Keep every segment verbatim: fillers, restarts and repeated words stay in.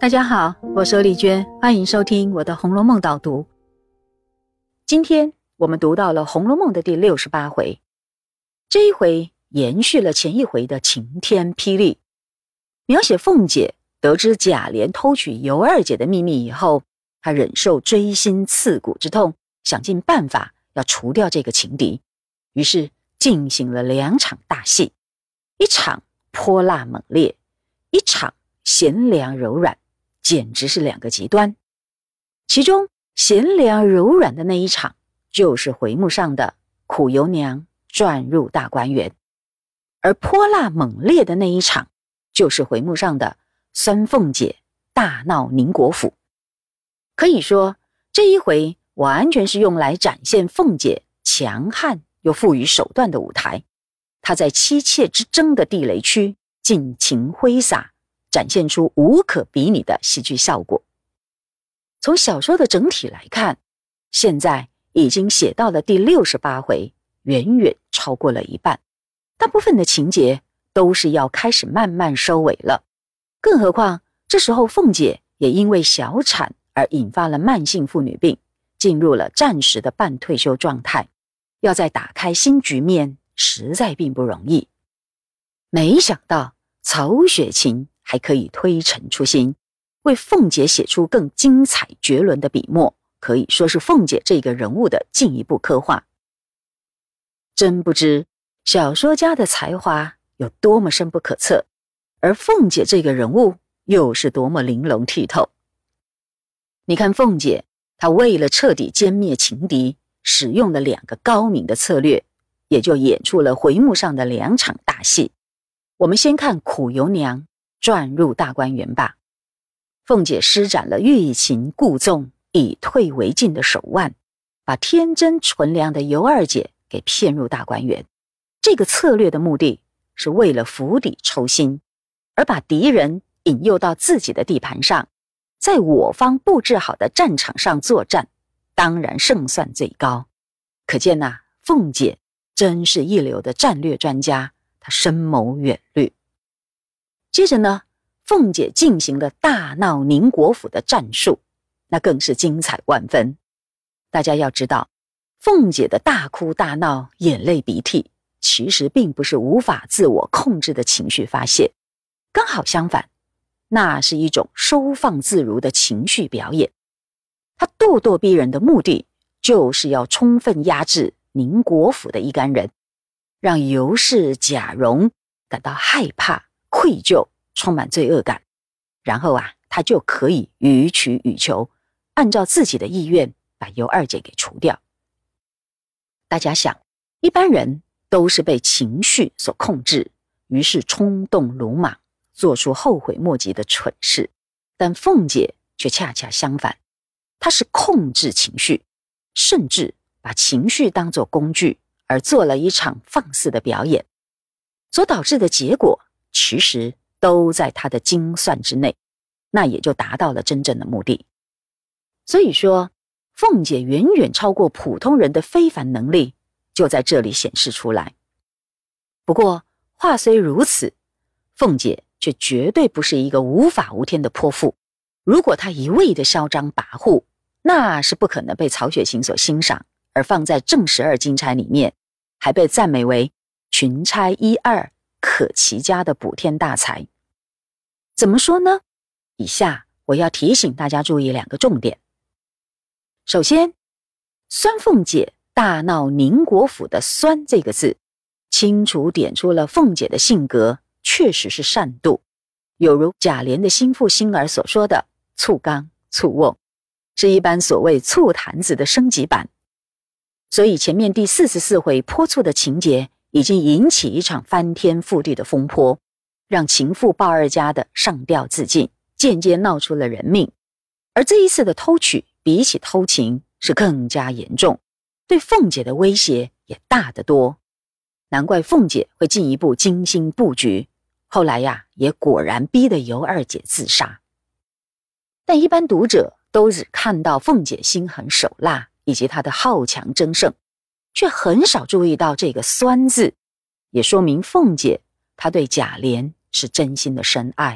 大家好，我是丽娟，欢迎收听我的《红楼梦》导读。今天我们读到了《红楼梦》的第六十八回，这一回延续了前一回的晴天霹雳，描写凤姐得知贾琏偷取尤二姐的秘密以后，她忍受锥心刺骨之痛，想尽办法要除掉这个情敌，于是进行了两场大戏，一场泼辣猛烈，一场贤良柔软，简直是两个极端。其中贤良柔软的那一场，就是回目上的苦尤娘转入大观园，而泼辣猛烈的那一场，就是回目上的酸凤姐大闹宁国府。可以说这一回完全是用来展现凤姐强悍又富于手段的舞台，她在妻妾之争的地雷区尽情挥洒，展现出无可比拟的戏剧效果。从小说的整体来看，现在已经写到了第六十八回，远远超过了一半，大部分的情节都是要开始慢慢收尾了。更何况这时候凤姐也因为小产而引发了慢性妇女病，进入了暂时的半退休状态，要再打开新局面实在并不容易。没想到曹雪芹还可以推陈出新，为凤姐写出更精彩绝伦的笔墨，可以说是凤姐这个人物的进一步刻画。真不知小说家的才华有多么深不可测，而凤姐这个人物又是多么玲珑剔透。你看凤姐，她为了彻底歼灭情敌，使用了两个高明的策略，也就演出了回目上的两场大戏。我们先看苦尤娘转入大观园吧。凤姐施展了欲擒故纵以退为进的手腕，把天真纯良的尤二姐给骗入大观园。这个策略的目的是为了釜底抽薪，而把敌人引诱到自己的地盘上，在我方布置好的战场上作战，当然胜算最高。可见啊，凤姐真是一流的战略专家，她深谋远虑。接着呢，凤姐进行了大闹宁国府的战术，那更是精彩万分。大家要知道，凤姐的大哭大闹，眼泪鼻涕，其实并不是无法自我控制的情绪发泄，刚好相反，那是一种收放自如的情绪表演。她咄咄逼人的目的，就是要充分压制宁国府的一干人，让尤氏、贾蓉感到害怕、愧疚，充满罪恶感，然后啊，他就可以予取予求，按照自己的意愿把尤二姐给除掉。大家想，一般人都是被情绪所控制，于是冲动鲁莽，做出后悔莫及的蠢事。但凤姐却恰恰相反，她是控制情绪，甚至把情绪当作工具，而做了一场放肆的表演，所导致的结果其实都在她的精算之内，那也就达到了真正的目的。所以说，凤姐远远超过普通人的非凡能力，就在这里显示出来。不过话虽如此，凤姐却绝对不是一个无法无天的泼妇。如果她一味的嚣张跋扈，那是不可能被曹雪芹所欣赏，而放在正十二金钗里面，还被赞美为群钗一二可齐家的补天大才。怎么说呢？以下我要提醒大家注意两个重点。首先，酸凤姐大闹宁国府的酸这个字，清楚点出了凤姐的性格确实是善妒，有如贾琏的心腹心儿所说的醋刚醋瓮，是一般所谓醋坛子的升级版。所以前面第四十四回泼醋的情节已经引起一场翻天覆地的风波，让情妇鲍二家的上吊自尽，间接闹出了人命。而这一次的偷取比起偷情是更加严重，对凤姐的威胁也大得多。难怪凤姐会进一步精心布局，后来呀，也果然逼得尤二姐自杀。但一般读者都只看到凤姐心狠手辣以及她的好强争胜，却很少注意到这个酸字，也说明凤姐她对贾琏是真心的深爱，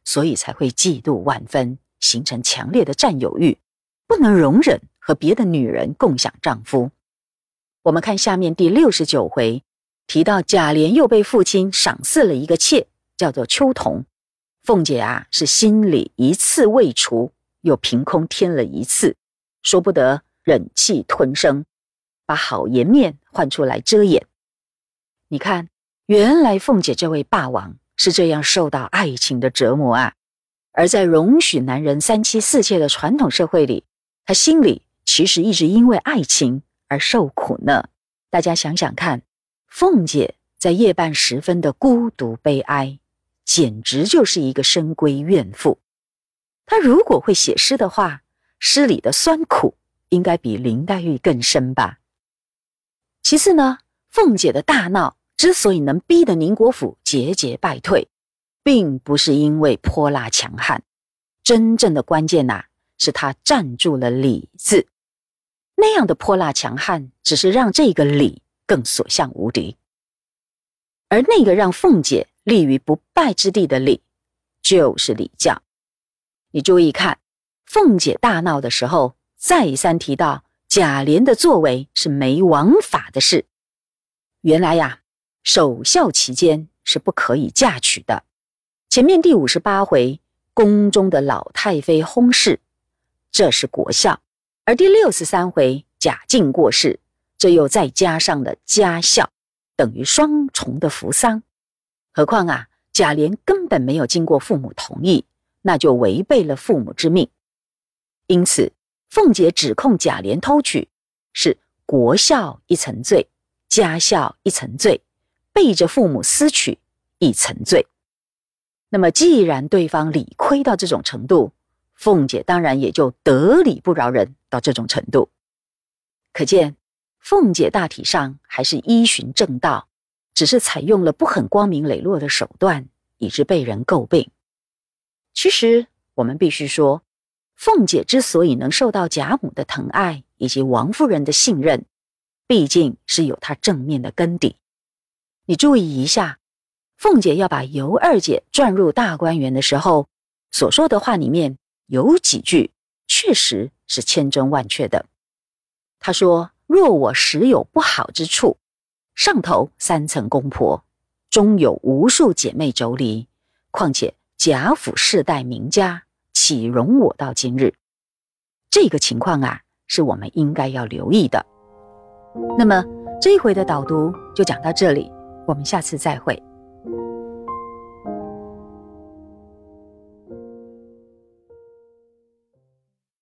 所以才会嫉妒万分，形成强烈的占有欲，不能容忍和别的女人共享丈夫。我们看下面第六十九回，提到贾琏又被父亲赏赐了一个妾，叫做秋桐。凤姐啊，是心里一次未除，又凭空添了一次，说不得忍气吞声，把好颜面换出来遮掩。你看，原来凤姐这位霸王是这样受到爱情的折磨啊。而在容许男人三妻四妾的传统社会里，她心里其实一直因为爱情而受苦呢。大家想想看，凤姐在夜半时分的孤独悲哀，简直就是一个深闺怨妇。她如果会写诗的话，诗里的酸苦应该比林黛玉更深吧。其次呢，凤姐的大闹之所以能逼得宁国府节节败退，并不是因为泼辣强悍，真正的关键啊，是她站住了理字。那样的泼辣强悍只是让这个理更所向无敌，而那个让凤姐立于不败之地的理，就是礼教。你注意看，凤姐大闹的时候再三提到贾琏的作为是没王法的事。原来呀，守孝期间是不可以嫁娶的。前面第五十八回宫中的老太妃薨逝，这是国孝，而第六十三回贾静过世，这又再加上了家孝，等于双重的扶丧。何况啊，贾琏根本没有经过父母同意，那就违背了父母之命。因此凤姐指控贾琏偷娶，是国孝一层罪，家孝一层罪，背着父母私娶一层罪。那么既然对方理亏到这种程度，凤姐当然也就得理不饶人到这种程度。可见凤姐大体上还是依循正道，只是采用了不很光明磊落的手段，以致被人诟病。其实我们必须说，凤姐之所以能受到贾母的疼爱以及王夫人的信任，毕竟是有她正面的根底。你注意一下，凤姐要把尤二姐转入大观园的时候，所说的话里面有几句确实是千真万确的。她说，若我实有不好之处，上头三层宫婆，中有无数姐妹妯娌，况且贾府世代名家，岂容我到今日？这个情况啊，是我们应该要留意的。那么这一回的导读就讲到这里，我们下次再会。